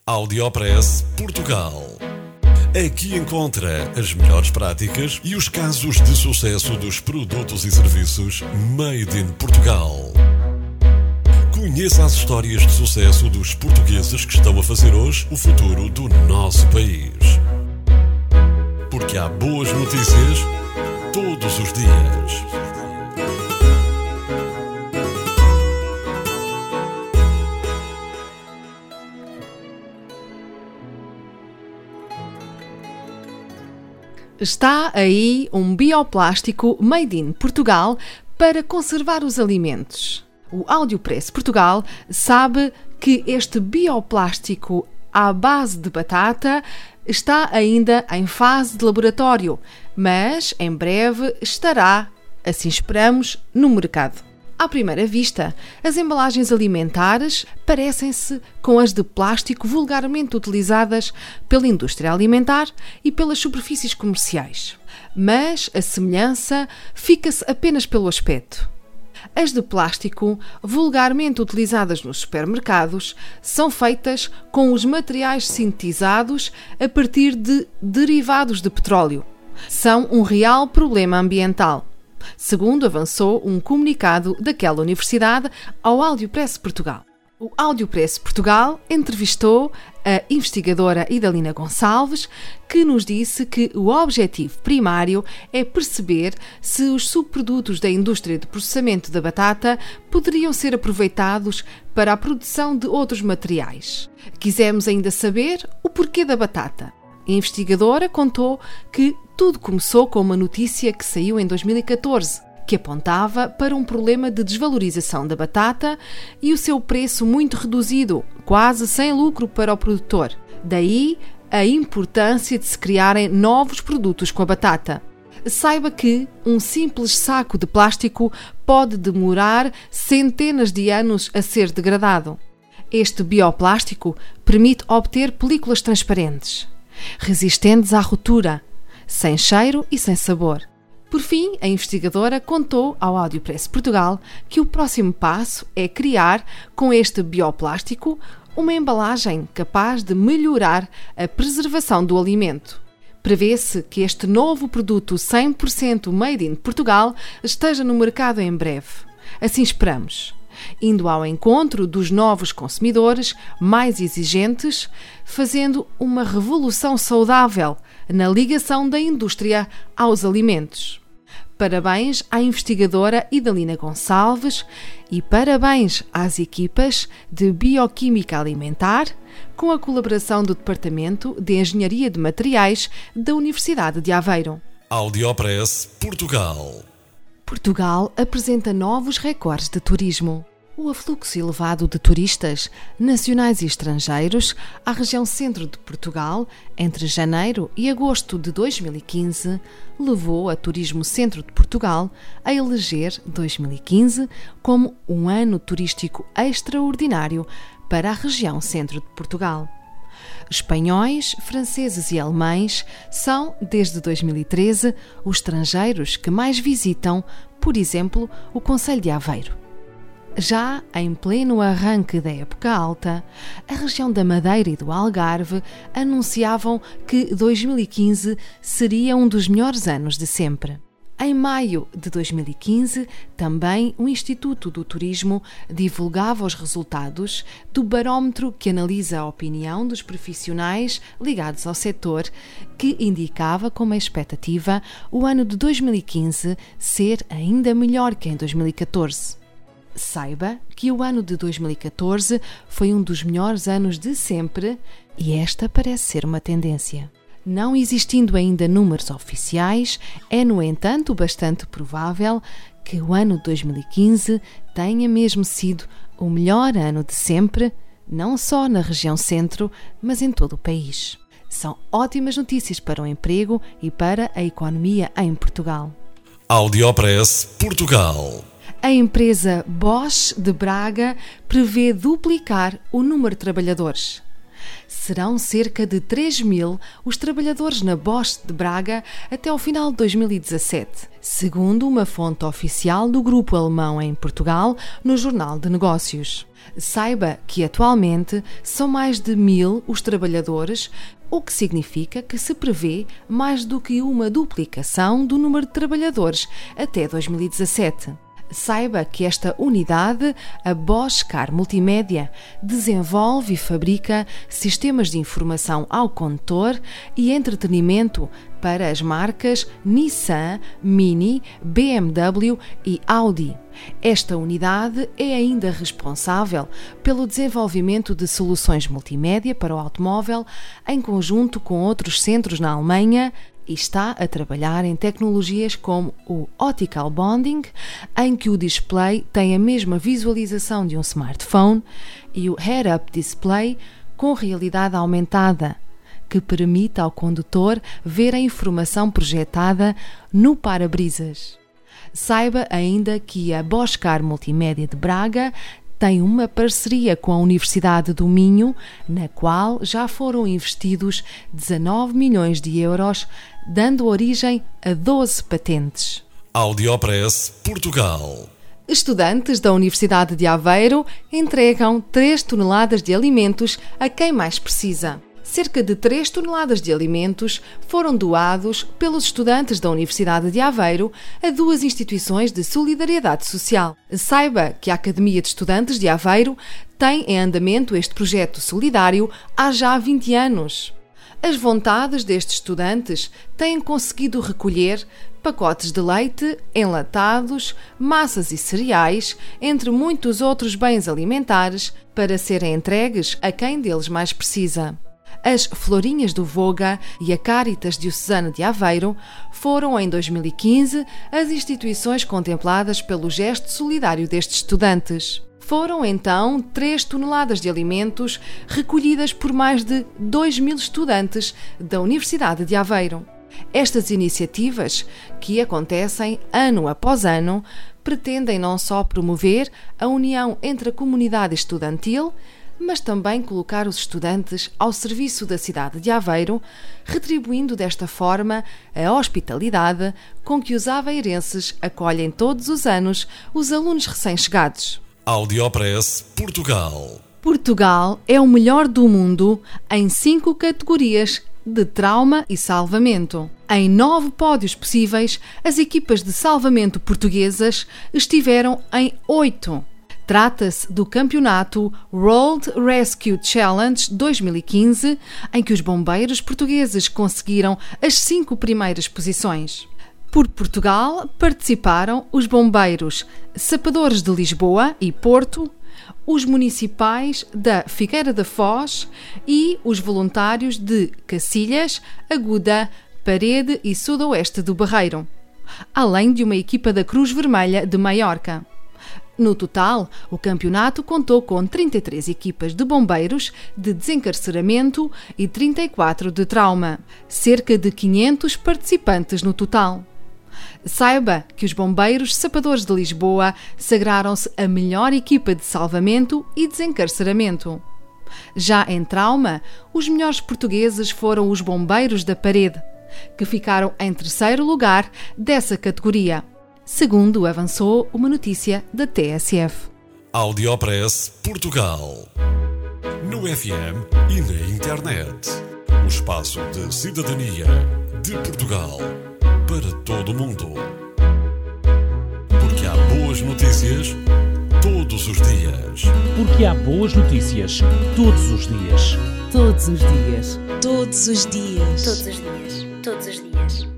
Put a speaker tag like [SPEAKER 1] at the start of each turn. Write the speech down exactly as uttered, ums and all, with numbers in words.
[SPEAKER 1] Audiopress Portugal. Aqui encontra as melhores práticas e os casos de sucesso dos produtos e serviços Made in Portugal. Conheça as histórias de sucesso dos portugueses que estão a fazer hoje o futuro do nosso país. Porque há boas notícias todos os dias.
[SPEAKER 2] Está aí um bioplástico Made in Portugal para conservar os alimentos. O Audiopress Portugal sabe que este bioplástico à base de batata está ainda em fase de laboratório, mas em breve estará, assim esperamos, no mercado. À primeira vista, as embalagens alimentares parecem-se com as de plástico vulgarmente utilizadas pela indústria alimentar e pelas superfícies comerciais. Mas a semelhança fica-se apenas pelo aspecto. As de plástico, vulgarmente utilizadas nos supermercados, são feitas com os materiais sintetizados a partir de derivados de petróleo. São um real problema ambiental, segundo avançou um comunicado daquela universidade ao Audiopress Portugal. O Audiopress Portugal entrevistou a investigadora Idalina Gonçalves, que nos disse que o objetivo primário é perceber se os subprodutos da indústria de processamento da batata poderiam ser aproveitados para a produção de outros materiais. Quisemos ainda saber o porquê da batata. A investigadora contou que tudo começou com uma notícia que saiu em dois mil e catorze, que apontava para um problema de desvalorização da batata e o seu preço muito reduzido, quase sem lucro para o produtor. Daí a importância de se criarem novos produtos com a batata. Saiba que um simples saco de plástico pode demorar centenas de anos a ser degradado. Este bioplástico permite obter películas transparentes, resistentes à rotura, sem cheiro e sem sabor. Por fim, a investigadora contou ao Audiopress Portugal que o próximo passo é criar, com este bioplástico, uma embalagem capaz de melhorar a preservação do alimento. Prevê-se que este novo produto cem por cento Made in Portugal esteja no mercado em breve. Assim esperamos, indo ao encontro dos novos consumidores mais exigentes, fazendo uma revolução saudável na ligação da indústria aos alimentos. Parabéns à investigadora Idalina Gonçalves e parabéns às equipas de Bioquímica Alimentar, com a colaboração do Departamento de Engenharia de Materiais da Universidade de Aveiro.
[SPEAKER 1] Audiopress Portugal.
[SPEAKER 2] Portugal apresenta novos recordes de turismo. O afluxo elevado de turistas, nacionais e estrangeiros, à região centro de Portugal, entre janeiro e agosto de dois mil e quinze, levou a Turismo Centro de Portugal a eleger dois mil e quinze como um ano turístico extraordinário para a região centro de Portugal. Espanhóis, franceses e alemães são, desde dois mil e treze, os estrangeiros que mais visitam, por exemplo, o concelho de Aveiro. Já em pleno arranque da época alta, a região da Madeira e do Algarve anunciavam que dois mil e quinze seria um dos melhores anos de sempre. Em maio de dois mil e quinze, também o Instituto do Turismo divulgava os resultados do barómetro que analisa a opinião dos profissionais ligados ao setor, que indicava como expectativa o ano de dois mil e quinze ser ainda melhor que em dois mil e catorze. Saiba que o ano de dois mil e catorze foi um dos melhores anos de sempre e esta parece ser uma tendência. Não existindo ainda números oficiais, é, no entanto, bastante provável que o ano de dois mil e quinze tenha mesmo sido o melhor ano de sempre, não só na região centro, mas em todo o país. São ótimas notícias para o emprego e para a economia em Portugal.
[SPEAKER 1] Audiopress Portugal.
[SPEAKER 2] A empresa Bosch de Braga prevê duplicar o número de trabalhadores. Serão cerca de três mil os trabalhadores na Bosch de Braga até ao final de dois mil e dezassete, segundo uma fonte oficial do grupo alemão em Portugal no Jornal de Negócios. Saiba que atualmente são mais de mil os trabalhadores, o que significa que se prevê mais do que uma duplicação do número de trabalhadores até dois mil e dezassete. Saiba que esta unidade, a Bosch Car Multimédia, desenvolve e fabrica sistemas de informação ao condutor e entretenimento para as marcas Nissan, Mini, B M W e Audi. Esta unidade é ainda responsável pelo desenvolvimento de soluções multimédia para o automóvel em conjunto com outros centros na Alemanha e está a trabalhar em tecnologias como o Optical Bonding, em que o display tem a mesma visualização de um smartphone, e o Head-Up Display com realidade aumentada, que permite ao condutor ver a informação projetada no para-brisas. Saiba ainda que a Bosch Car Multimédia de Braga tem uma parceria com a Universidade do Minho, na qual já foram investidos dezanove milhões de euros, dando origem a doze patentes.
[SPEAKER 1] Audiopress Portugal.
[SPEAKER 2] Estudantes da Universidade de Aveiro entregam três toneladas de alimentos a quem mais precisa. Cerca de três toneladas de alimentos foram doados pelos estudantes da Universidade de Aveiro a duas instituições de solidariedade social. Saiba que a Academia de Estudantes de Aveiro tem em andamento este projeto solidário há já vinte anos. As vontades destes estudantes têm conseguido recolher pacotes de leite, enlatados, massas e cereais, entre muitos outros bens alimentares, para serem entregues a quem deles mais precisa. As Florinhas do Voga e a Cáritas Diocesana de Aveiro foram, em dois mil e quinze, as instituições contempladas pelo gesto solidário destes estudantes. Foram, então, três toneladas de alimentos recolhidas por mais de dois mil estudantes da Universidade de Aveiro. Estas iniciativas, que acontecem ano após ano, pretendem não só promover a união entre a comunidade estudantil, mas também colocar os estudantes ao serviço da cidade de Aveiro, retribuindo desta forma a hospitalidade com que os aveirenses acolhem todos os anos os alunos recém-chegados.
[SPEAKER 1] Audiopress Portugal.
[SPEAKER 2] Portugal é o melhor do mundo em cinco categorias de trauma e salvamento. Em nove pódios possíveis, as equipas de salvamento portuguesas estiveram em oito. Trata-se do campeonato World Rescue Challenge dois mil e quinze, em que os bombeiros portugueses conseguiram as cinco primeiras posições. Por Portugal participaram os bombeiros Sapadores de Lisboa e Porto, os municipais da Figueira da Foz e os voluntários de Cacilhas, Aguda, Parede e Sudoeste do Barreiro, além de uma equipa da Cruz Vermelha de Maiorca. No total, o campeonato contou com trinta e três equipas de bombeiros de desencarceramento e trinta e quatro de trauma, cerca de quinhentos participantes no total. Saiba que os bombeiros Sapadores de Lisboa sagraram-se a melhor equipa de salvamento e desencarceramento. Já em trauma, os melhores portugueses foram os bombeiros da Parede, que ficaram em terceiro lugar dessa categoria, segundo avançou uma notícia da T S F.
[SPEAKER 1] Audiopress Portugal. No F M e na internet. O espaço de cidadania de Portugal para todo o mundo. Porque há boas notícias todos os dias.
[SPEAKER 3] Porque há boas notícias todos os dias.
[SPEAKER 4] Todos os dias.
[SPEAKER 5] Todos os dias.
[SPEAKER 4] Todos os dias. Todos os dias.